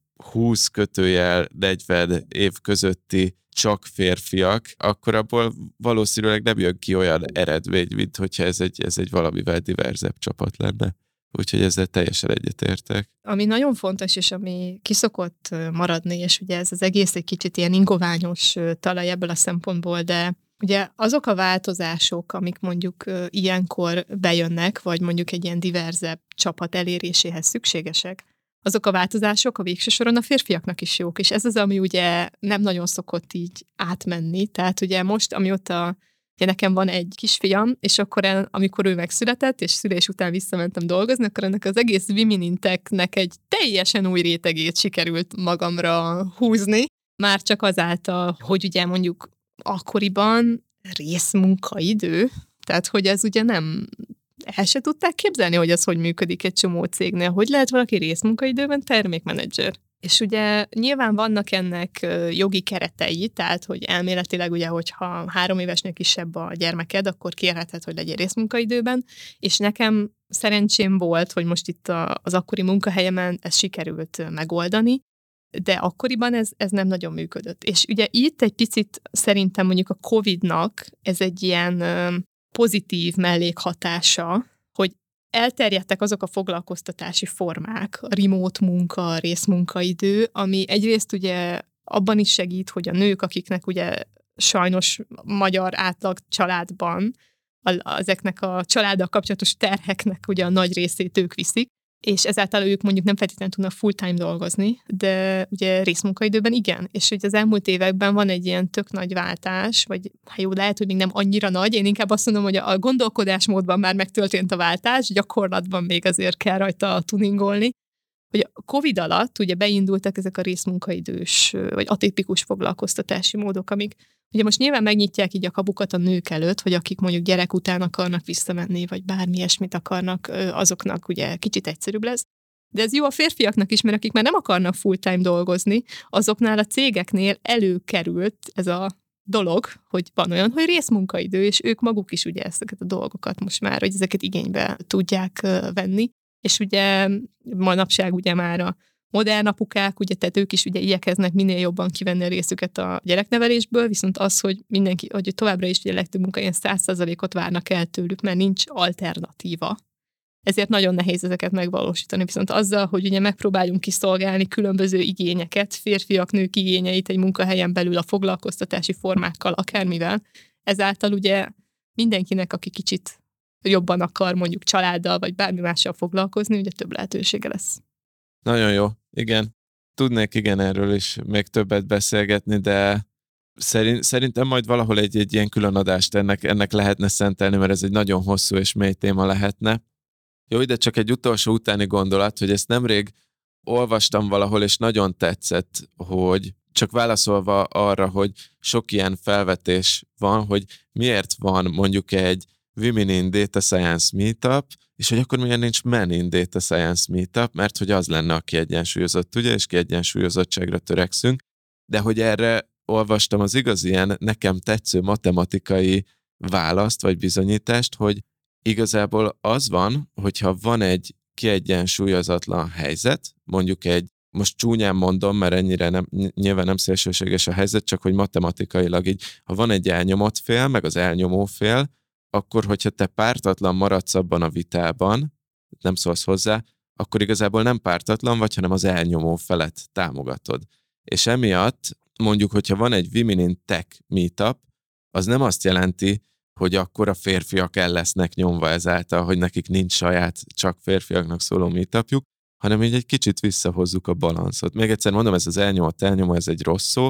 S2: 20-40 év közötti csak férfiak, akkor abból valószínűleg nem jön ki olyan eredmény, mint hogyha ez egy valamivel diverzebb csapat lenne. Úgyhogy ezzel teljesen egyetértek.
S3: Ami nagyon fontos, és ami kiszokott maradni, és ugye ez az egész egy kicsit ilyen ingoványos talaj ebből a szempontból, de ugye azok a változások, amik mondjuk ilyenkor bejönnek, vagy mondjuk egy ilyen diverzebb csapat eléréséhez szükségesek, azok a változások a végső soron a férfiaknak is jók, és ez az, ami ugye nem nagyon szokott így átmenni. Tehát ugye most, amióta ugye nekem van egy kisfiam, és akkor amikor ő megszületett, és szülés után visszamentem dolgozni, akkor ennek az egész Women in Tech-nek egy teljesen új rétegét sikerült magamra húzni, már csak azáltal, hogy ugye mondjuk akkoriban részmunkaidő, tehát hogy ez ugye nem el se tudták képzelni, hogy az hogy működik egy csomó cégnél, hogy lehet valaki részmunkaidőben termékmenedzser. És ugye nyilván vannak ennek jogi keretei, tehát hogy elméletileg ugye, hogyha 3 évesnél kisebb a gyermeked, akkor kérheted, hogy legyél részmunkaidőben, és nekem szerencsém volt, hogy most itt az akkori munkahelyemen ez sikerült megoldani, de akkoriban ez nem nagyon működött. És ugye itt egy picit szerintem mondjuk a Covid-nak ez egy ilyen pozitív mellékhatása, hogy elterjedtek azok a foglalkoztatási formák, a remote munka, a részmunkaidő, ami egyrészt ugye abban is segít, hogy a nők, akiknek ugye sajnos magyar átlag családban ezeknek a családdal kapcsolatos terheknek ugye a nagy részét ők viszik, és ezáltal ők mondjuk nem feltétlenül tudnak full-time dolgozni, de ugye részmunkaidőben igen. És ugye az elmúlt években van egy ilyen tök nagy váltás, vagy hát jó, lehet, hogy még nem annyira nagy, én inkább azt mondom, hogy a gondolkodásmódban már megtörtént a váltás, gyakorlatban még azért kell rajta tuningolni, hogy a Covid alatt ugye beindultak ezek a részmunkaidős, vagy atipikus foglalkoztatási módok, amik ugye most nyilván megnyitják így a kapukat a nők előtt, hogy akik mondjuk gyerek után akarnak visszamenni, vagy bármi ilyesmit akarnak, azoknak ugye kicsit egyszerűbb lesz. De ez jó a férfiaknak is, mert akik már nem akarnak full-time dolgozni, azoknál a cégeknél előkerült ez a dolog, hogy van olyan, hogy részmunkaidő, és ők maguk is ugye ezeket a dolgokat most már, hogy ezeket igénybe tudják venni. És ugye manapság ugye már a modern apukák, ugye, tehát ők is ugye igyekeznek minél jobban kivenni a részüket a gyereknevelésből, viszont az, hogy mindenki, hogy továbbra is ugye legtöbb munkahelyen 100%-ot várnak el tőlük, mert nincs alternatíva. Ezért nagyon nehéz ezeket megvalósítani, viszont azzal, hogy ugye megpróbáljunk kiszolgálni különböző igényeket, férfiak, nők igényeit egy munkahelyen belül a foglalkoztatási formákkal, akármivel, ezáltal ugye mindenkinek, aki kicsit jobban akar mondjuk családdal, vagy bármi mással foglalkozni, ugye több lehetősége lesz.
S2: Nagyon jó, igen. Tudnék erről is még többet beszélgetni, de szerintem majd valahol egy ilyen külön adást ennek lehetne szentelni, mert ez egy nagyon hosszú és mély téma lehetne. Jó, ide csak egy utolsó utáni gondolat, hogy ezt nemrég olvastam valahol, és nagyon tetszett, hogy csak válaszolva arra, hogy sok ilyen felvetés van, hogy miért van mondjuk egy Women in Data Science Meetup, és hogy akkor miért nincs Men in Data Science Meetup, mert hogy az lenne a kiegyensúlyozott, ugye, és kiegyensúlyozottságra törekszünk, de hogy erre olvastam az igaz ilyen nekem tetsző matematikai választ, vagy bizonyítást, hogy igazából az van, hogyha van egy kiegyensúlyozatlan helyzet, mondjuk most csúnyán mondom, mert ennyire nyilván nem szélsőséges a helyzet, csak hogy matematikailag így, ha van egy elnyomott fél, meg az elnyomó fél, akkor, hogyha te pártatlan maradsz abban a vitában, nem szólsz hozzá, akkor igazából nem pártatlan vagy, hanem az elnyomó felet támogatod. És emiatt mondjuk, hogyha van egy Women in Tech Meetup, az nem azt jelenti, hogy akkor a férfiak el lesznek nyomva ezáltal, hogy nekik nincs saját, csak férfiaknak szóló meetupjuk, hanem így egy kicsit visszahozzuk a balanszot. Még egyszer mondom, ez az elnyomó, ez egy rossz szó,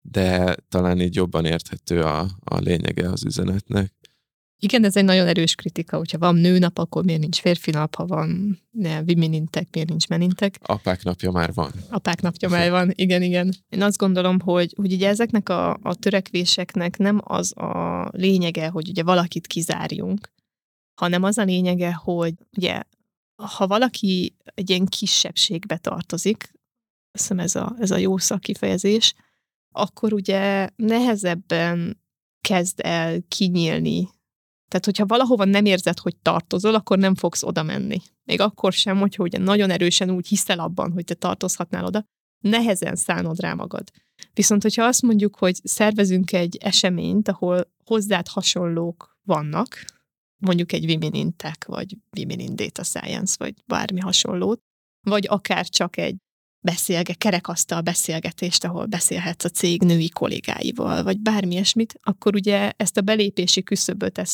S2: de talán így jobban érthető a lényege az üzenetnek.
S3: Igen, ez egy nagyon erős kritika, hogyha van nőnap, akkor miért nincs férfi nap, ha van Women in Tech, miért nincs Men in Tech.
S2: Apák napja már van.
S3: Apák napja már van, igen. Én azt gondolom, hogy ugye ezeknek a törekvéseknek nem az a lényege, hogy ugye valakit kizárjunk, hanem az a lényege, hogy ugye ha valaki egy ilyen kisebbségbe tartozik, azt hiszem ez a jó szakkifejezés, akkor ugye nehezebben kezd el kinyílni. Tehát, hogyha valahova nem érzed, hogy tartozol, akkor nem fogsz oda menni. Még akkor sem, hogyha ugye nagyon erősen úgy hiszel abban, hogy te tartozhatnál oda, nehezen szánod rá magad. Viszont, hogyha azt mondjuk, hogy szervezünk egy eseményt, ahol hozzád hasonlók vannak, mondjuk egy Women in Tech, vagy Women in Data Science, vagy bármi hasonlót, vagy akár csak egy kerekasztal beszélgetést, ahol beszélhetsz a cég női kollégáival, vagy bármi ilyesmit, akkor ugye ezt a belépési küszöböt,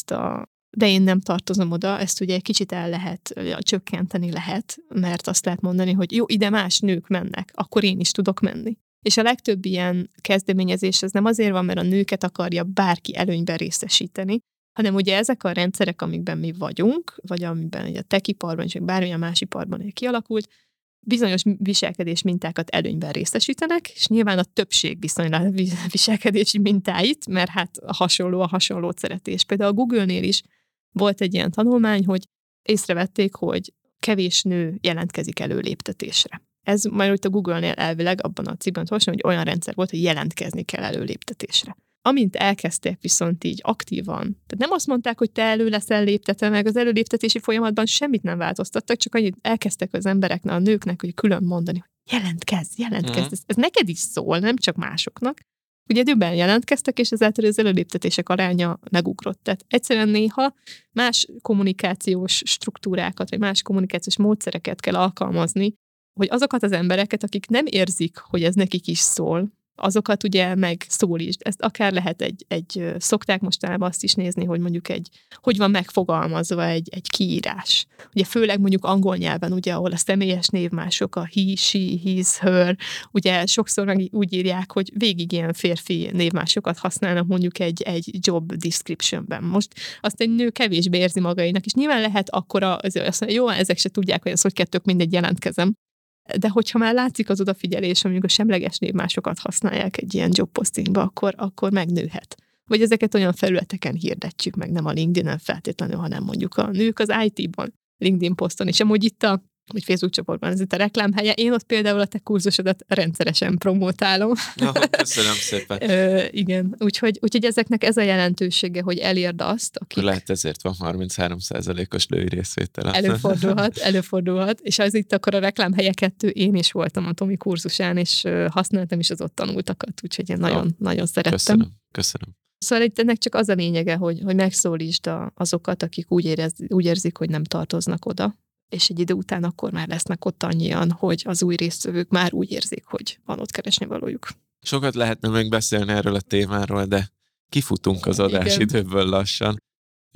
S3: de én nem tartozom oda, ezt ugye egy kicsit csökkenteni lehet, mert azt lehet mondani, hogy jó, ide más nők mennek, akkor én is tudok menni. És a legtöbb ilyen kezdeményezés ez nem azért van, mert a nőket akarja bárki előnyben részesíteni, hanem ugye ezek a rendszerek, amikben mi vagyunk, vagy amiben ugye a techiparban és bármilyen más iparban kialakult, bizonyos viselkedés mintákat előnyben részesítenek, és nyilván a többség viszonylag viselkedési mintáit, mert hát a hasonlót szereti. És például a Google-nél is volt egy ilyen tanulmány, hogy észrevették, hogy kevés nő jelentkezik előléptetésre. Ez majd ott a Google-nél elvileg abban a cikkben olvasom, hogy olyan rendszer volt, hogy jelentkezni kell előléptetésre. Amint elkezdték viszont így aktívan, tehát nem azt mondták, hogy te elő leszel léptetve, meg az előléptetési folyamatban semmit nem változtattak, csak annyit elkezdtek az embereknek, a nőknek, hogy külön mondani, hogy jelentkezz, ez neked is szól, nem csak másoknak. Ugye többen jelentkeztek, és ezáltal az előléptetések aránya megugrott. Tehát egyszerűen néha más kommunikációs struktúrákat, vagy más kommunikációs módszereket kell alkalmazni, hogy azokat az embereket, akik nem érzik, hogy ez nekik is szól, azokat ugye megszólítsd. Ezt akár lehet szokták mostanában azt is nézni, hogy mondjuk hogy van megfogalmazva egy kiírás. Ugye főleg mondjuk angol nyelven, ugye, ahol a személyes névmások, a he, she, his, her, ugye sokszor meg úgy írják, hogy végig ilyen férfi névmásokat használnak mondjuk egy job descriptionben. Most azt egy nő kevésbé érzi magainak, és nyilván lehet akkora, azt mondja, jó, ezek se tudják, hogy hogy kettők mindegy jelentkezem. De hogyha már látszik az odafigyelés, mondjuk a semleges névmásokat használják egy ilyen jobpostingba, akkor megnőhet. Vagy ezeket olyan felületeken hirdetjük meg, nem a LinkedIn-en feltétlenül, hanem mondjuk a nők az IT-ban, LinkedIn poszton. És amúgy itt vagy Facebook csoportban ez itt a reklámhelye. Én ott például a te kurzusodat rendszeresen promotálom.
S2: Köszönöm szépen.
S3: Igen, úgyhogy ezeknek ez a jelentősége, hogy elérd azt, akik...
S2: Lehet ezért van 33%-os női részvétel.
S3: Előfordulhat, és az itt akkor a reklámhelye 2, én is voltam a Tomi kurzusán, és használtam is az ott tanultakat, úgyhogy én nagyon szerettem.
S2: Köszönöm.
S3: Szóval itt ennek csak az a lényege, hogy megszólítsd azokat, akik úgy érzik, hogy nem tartoznak oda, és egy idő után akkor már lesznek ott annyian, hogy az új résztvevők már úgy érzik, hogy van ott keresnivalójuk.
S2: Sokat lehetne még beszélni erről a témáról, de kifutunk az adásidőből lassan.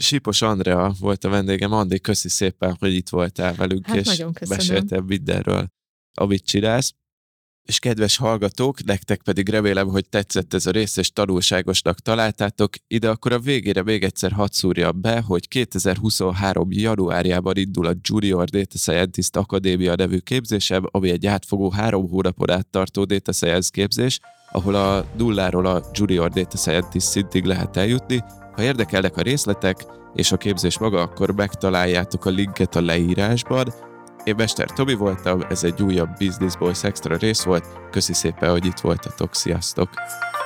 S2: Sipos Andrea volt a vendégem. Andi, köszi szépen, hogy itt voltál velünk,
S3: Hát
S2: és meséltél mindenről, amit csinálsz. És kedves hallgatók, nektek pedig remélem, hogy tetszett ez a rész, és tanulságosnak találtátok. Ide akkor a végére még egyszer hadd szúrjam be, hogy 2023. januárjában indul a Junior Data Scientist Akadémia nevű képzésem, ami egy átfogó 3 hónapon át tartó Data Science képzés, ahol a nulláról a Junior Data Scientist szintig lehet eljutni. Ha érdekelnek a részletek és a képzés maga, akkor megtaláljátok a linket a leírásban. Én Mester Tomi voltam, ez egy újabb Business Boys Extra rész volt. Köszi szépen, hogy itt voltatok, sziasztok!